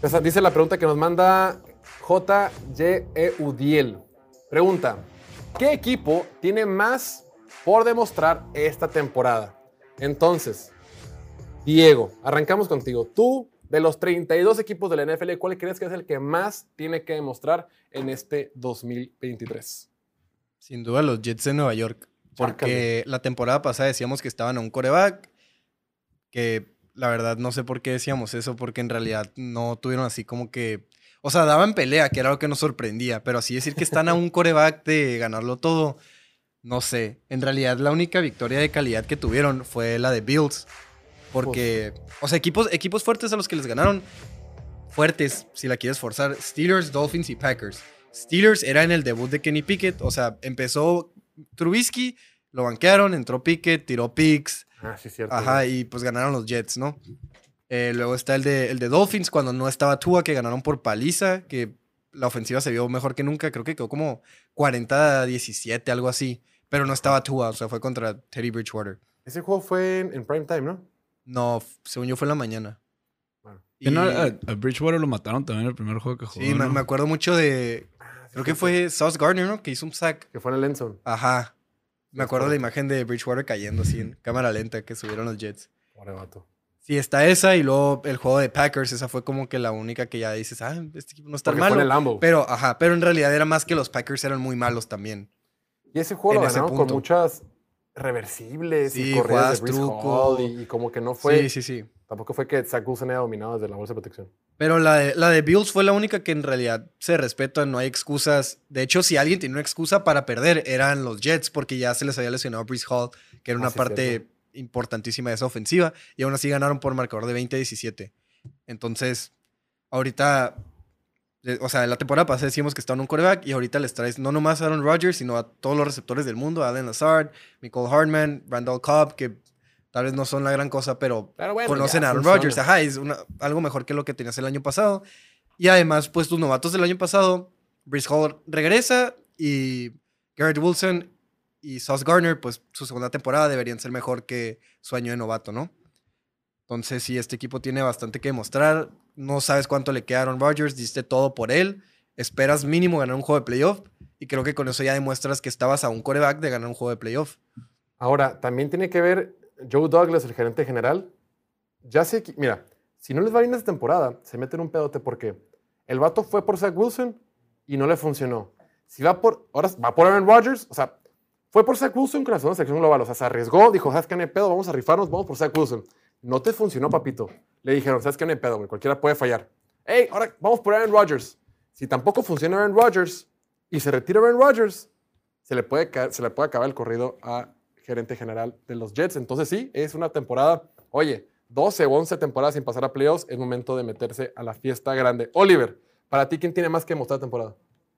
Dice la pregunta que nos manda JYEUDIEL. Pregunta, ¿qué equipo tiene más por demostrar esta temporada? Entonces, Diego, arrancamos contigo. Tú, de los 32 equipos de la NFL, ¿cuál crees que es el que más tiene que demostrar en este 2023? Sin duda los Jets de Nueva York. Porque la temporada pasada decíamos que estaban a un quarterback, que la verdad no sé por qué decíamos eso, porque en realidad no tuvieron así como que... O sea, daban pelea, que era lo que nos sorprendía, pero así decir que están a un quarterback de ganarlo todo, no sé. En realidad la única victoria de calidad que tuvieron fue la de Bills. Porque, o sea, equipos fuertes a los que les ganaron, fuertes, si la quieres forzar, Steelers, Dolphins y Packers. Steelers era en el debut de Kenny Pickett, o sea, empezó Trubisky, lo banquearon, entró Pickett, tiró picks. Ah, sí, cierto. Ajá, y pues ganaron los Jets, ¿no? Luego está el de Dolphins, cuando no estaba Tua, que ganaron por paliza, que la ofensiva se vio mejor que nunca, creo que quedó como 40-17, algo así. Pero no estaba Tua, o sea, fue contra Teddy Bridgewater. Ese juego fue en prime time, ¿no? No, según yo fue en la mañana. Bueno. Y no, a Bridgewater lo mataron también en el primer juego que jugó. Sí, ¿no? me acuerdo mucho de... Creo que fue Sauce Gardner, ¿no? Que hizo un sack. Que fue en el end zone. Ajá. Me acuerdo de la imagen de Bridgewater cayendo así en cámara lenta que subieron los Jets. Pobre vato. Sí, está esa y luego el juego de Packers. Esa fue como que la única que ya dices, este equipo no está malo. Fue en el Lambeau. Pero en realidad era más que los Packers eran muy malos también. Y ese juego lo ganaron con muchas reversibles y corridas de Breece Hall y como que no fue... Sí. Tampoco fue que Zach Wilson haya dominado desde la bolsa de protección. Pero la de Bills fue la única que en realidad se respeta, no hay excusas. De hecho, si alguien tenía una excusa para perder, eran los Jets, porque ya se les había lesionado a Breece Hall, que era una parte importantísima de esa ofensiva, y aún así ganaron por marcador de 20-17. Entonces, ahorita, o sea, en la temporada pasada decíamos que estaban en un quarterback, y ahorita les traes no nomás a Aaron Rodgers, sino a todos los receptores del mundo, a Allen Lazard, Mecole Hardman, Randall Cobb, que tal vez no son la gran cosa, pero bueno, conocen a Aaron Rodgers. Ajá, es algo mejor que lo que tenías el año pasado. Y además, pues tus novatos del año pasado, Breece Hall regresa y Garrett Wilson y Sauce Gardner, pues su segunda temporada deberían ser mejor que su año de novato, ¿no? Entonces, sí, este equipo tiene bastante que demostrar. No sabes cuánto le queda a Aaron Rodgers, diste todo por él. Esperas mínimo ganar un juego de playoff y creo que con eso ya demuestras que estabas a un quarterback de ganar un juego de playoff. Ahora, también tiene que ver Joe Douglas, el gerente general. Ya sé que, mira, si no les va bien esta temporada, se meten un pedote porque el vato fue por Zach Wilson y no le funcionó. Si va por, ahora va por Aaron Rodgers, o sea, fue por Zach Wilson con la segunda selección global, o sea, se arriesgó, dijo, ¿sabes qué, no hay pedo? Vamos a rifarnos, vamos por Zach Wilson. No te funcionó, papito. Le dijeron, ¿sabes qué, no hay pedo, güey? Cualquiera puede fallar. Hey, ahora vamos por Aaron Rodgers. Si tampoco funciona Aaron Rodgers y se retira Aaron Rodgers, se le puede acabar el corrido a gerente general de los Jets. Entonces sí, es una temporada, oye, 12 o 11 temporadas sin pasar a playoffs, es momento de meterse a la fiesta grande. Oliver, para ti, ¿quién tiene más que mostrar temporada?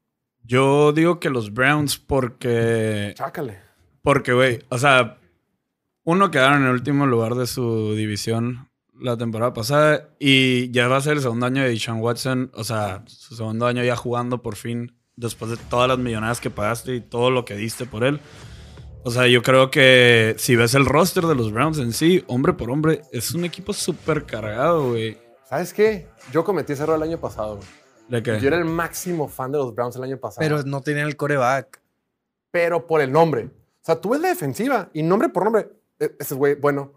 Yo digo que los Browns porque... Chácale. Porque, güey, o sea, uno quedaron en el último lugar de su división la temporada pasada y ya va a ser el segundo año de Deshaun Watson, o sea, su segundo año ya jugando por fin, después de todas las millonadas que pagaste y todo lo que diste por él. O sea, yo creo que si ves el roster de los Browns en sí, hombre por hombre, es un equipo súper cargado, güey. ¿Sabes qué? Yo cometí ese error el año pasado, güey. ¿De qué? Yo era el máximo fan de los Browns el año pasado. Pero no tenían el quarterback. Pero por el nombre. O sea, tú ves la defensiva y nombre por nombre. Ese güey, bueno.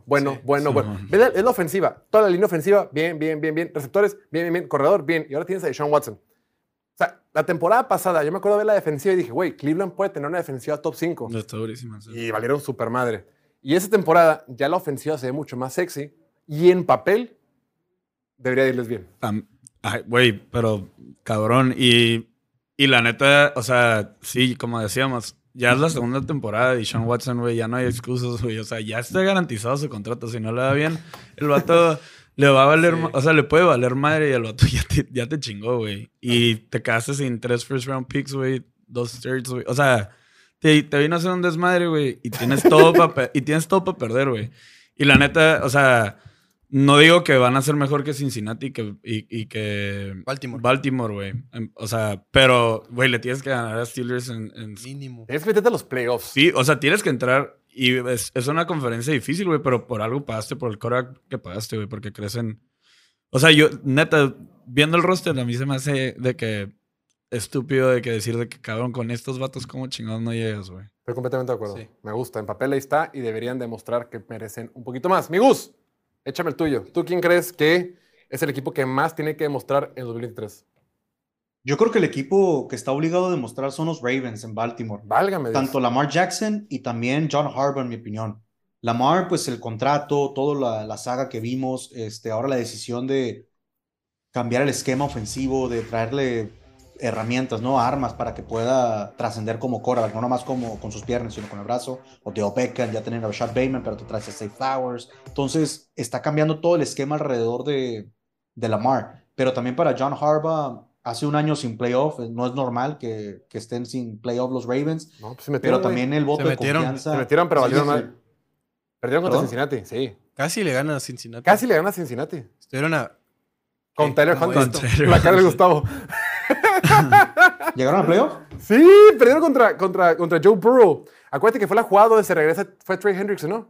Es la ofensiva. Toda la línea ofensiva, bien. Receptores, bien. Corredor, bien. Y ahora tienes a Deshaun Watson. O sea, la temporada pasada, yo me acuerdo de ver la defensiva y dije, güey, Cleveland puede tener una defensiva top 5. Está durísima. Sí. Y valieron super madre. Y esa temporada ya la ofensiva se ve mucho más sexy y en papel debería irles bien. Güey, pero cabrón. Y la neta, o sea, sí, como decíamos, ya es la segunda temporada de Deshaun Watson, güey, ya no hay excusas, güey. O sea, ya está garantizado su contrato. Si no le da bien, el vato le va a valer, sí. O sea, le puede valer madre y el vato ya te chingó, güey. Y te quedaste sin 3 first round picks, güey, 2 thirds, güey. O sea, te vino a hacer un desmadre, güey, y tienes todo para perder, güey. Y la neta, o sea, no digo que van a ser mejor que Cincinnati y que Baltimore, güey. O sea, pero, güey, le tienes que ganar a Steelers en mínimo. Tienes que meterte a los playoffs. Sí, o sea, tienes que entrar. Y es una conferencia difícil, güey, pero por algo pagaste, por el quarterback que pagaste, güey, porque crecen. O sea, yo, neta, viendo el roster, a mí se me hace de que estúpido de que decir de que cabrón, con estos vatos como chingados no llegas, güey. Estoy completamente de acuerdo. Sí. Me gusta. En papel ahí está y deberían demostrar que merecen un poquito más. Mi Gus, échame el tuyo. ¿Tú quién crees que es el equipo que más tiene que demostrar en 2023? Yo creo que el equipo que está obligado a demostrar son los Ravens en Baltimore. Válgame Dios. Tanto Lamar Jackson y también John Harbaugh, en mi opinión. Lamar, pues el contrato, toda la saga que vimos, ahora la decisión de cambiar el esquema ofensivo, de traerle herramientas, ¿no? Armas para que pueda trascender como quarterback, no nomás como con sus piernas, sino con el brazo. O Theo Beckham, ya tener a Rashad Bateman, pero te traes a Zay Flowers. Entonces, está cambiando todo el esquema alrededor de Lamar. Pero también para John Harbaugh, hace un año sin playoff, no es normal que estén sin playoff los Ravens. No, pues se metieron, Pero también el voto Se de metieron. confianza. Se metieron, pero Sí, valieron sí, sí. mal. Perdieron contra ¿Perdón? Cincinnati, sí. Casi le ganan a Cincinnati. Casi le ganan a Cincinnati. Estuvieron a... Con Tyler como Huntley. esto. La cara de Gustavo. ¿Llegaron al playoff? Sí, perdieron contra Joe Burrow. Acuérdate que fue la jugada donde se regresa, fue Trey Hendrickson, ¿no?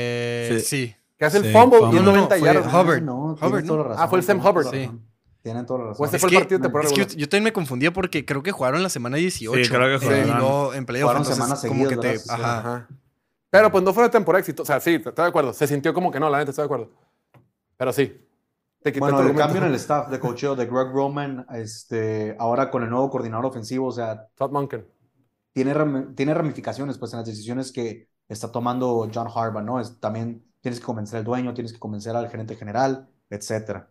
Sí. Que hace el Sí, fumble fumble. y No, 90 fue yardas. Hubbard. No, Hubbard, tienes toda la ¿no? razón. Fue el Sam tienes toda Hubbard. la Sí. razón. Tienen toda la razón. Pues ese Es fue que- el partido de temporada Es que regular. yo también me confundía porque creo que jugaron la semana 18. Sí, creo que jugaron. Y no en playoff. Jugaron Entonces, semanas como que seguidas, te... ¿verdad? Sí, Ajá. Ajá. Pero pues no fue una temporada exitosa. O sea, sí, estoy de acuerdo. Se sintió como que no, la neta, estoy de acuerdo. Pero sí. Te quité Bueno, tu el argumento. cambio en el staff de coacheo de Greg Roman, ahora con el nuevo coordinador ofensivo, o sea, Todd Monken. tiene ramificaciones pues en las decisiones que está tomando John Harbaugh, ¿no? También tienes que convencer al dueño, tienes que convencer al gerente general, etcétera.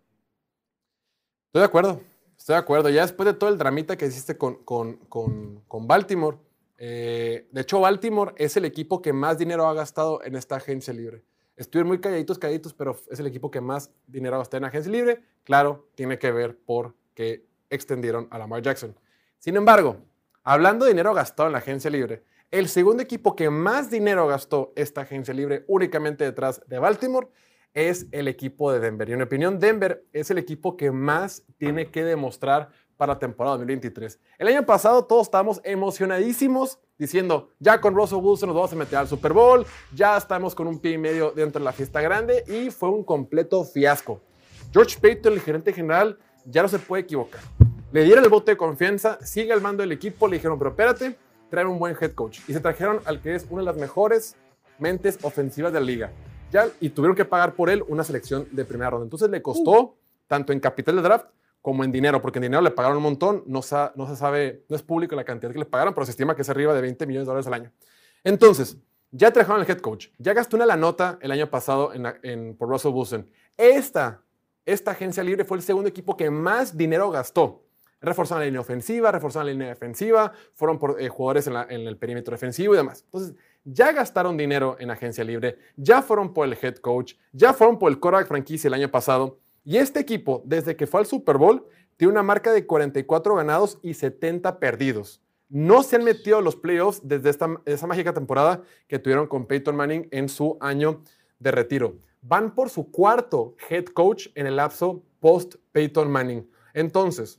Estoy de acuerdo. Estoy de acuerdo. Ya después de todo el dramita que hiciste con Baltimore, de hecho, Baltimore es el equipo que más dinero ha gastado en esta agencia libre. Estuvieron muy calladitos, pero es el equipo que más dinero ha gastado en agencia libre. Claro, tiene que ver porque extendieron a Lamar Jackson. Sin embargo, hablando de dinero gastado en la agencia libre, el segundo equipo que más dinero gastó esta agencia libre únicamente detrás de Baltimore es el equipo de Denver. Y en mi opinión, Denver es el equipo que más tiene que demostrar para la temporada 2023. El año pasado todos estábamos emocionadísimos diciendo, ya con Russell Wilson nos vamos a meter al Super Bowl, ya estamos con un pie y medio dentro de la fiesta grande y fue un completo fiasco. George Paton, el gerente general, ya no se puede equivocar. Le dieron el voto de confianza, sigue al mando del equipo, le dijeron, pero espérate, traen un buen head coach. Y se trajeron al que es una de las mejores mentes ofensivas de la liga. Y tuvieron que pagar por él una selección de primera ronda. Entonces le costó, tanto en capital de draft como en dinero, porque en dinero le pagaron un montón, no se sabe, no es público la cantidad que le pagaron, pero se estima que es arriba de $20 millones al año. Entonces, ya trajeron al head coach, ya gastó una la nota el año pasado por Russell Wilson. Esta agencia libre fue el segundo equipo que más dinero gastó. Reforzaron la línea ofensiva, reforzaron la línea defensiva, fueron por jugadores en el perímetro defensivo y demás. Entonces, ya gastaron dinero en agencia libre, ya fueron por el head coach, ya fueron por el quarterback franquicia el año pasado. Y este equipo, desde que fue al Super Bowl, tiene una marca de 44 ganados y 70 perdidos. No se han metido a los playoffs desde esa mágica temporada que tuvieron con Peyton Manning en su año de retiro. Van por su cuarto head coach en el lapso post-Peyton Manning. Entonces,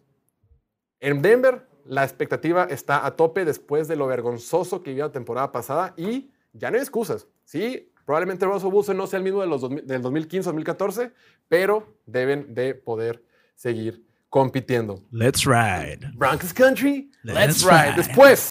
en Denver, la expectativa está a tope después de lo vergonzoso que vivió la temporada pasada y ya no hay excusas. Sí, probablemente Russell Wilson no sea el mismo del 2015-2014, pero deben de poder seguir compitiendo. Let's ride. Broncos Country, Let's let's ride. ride. Después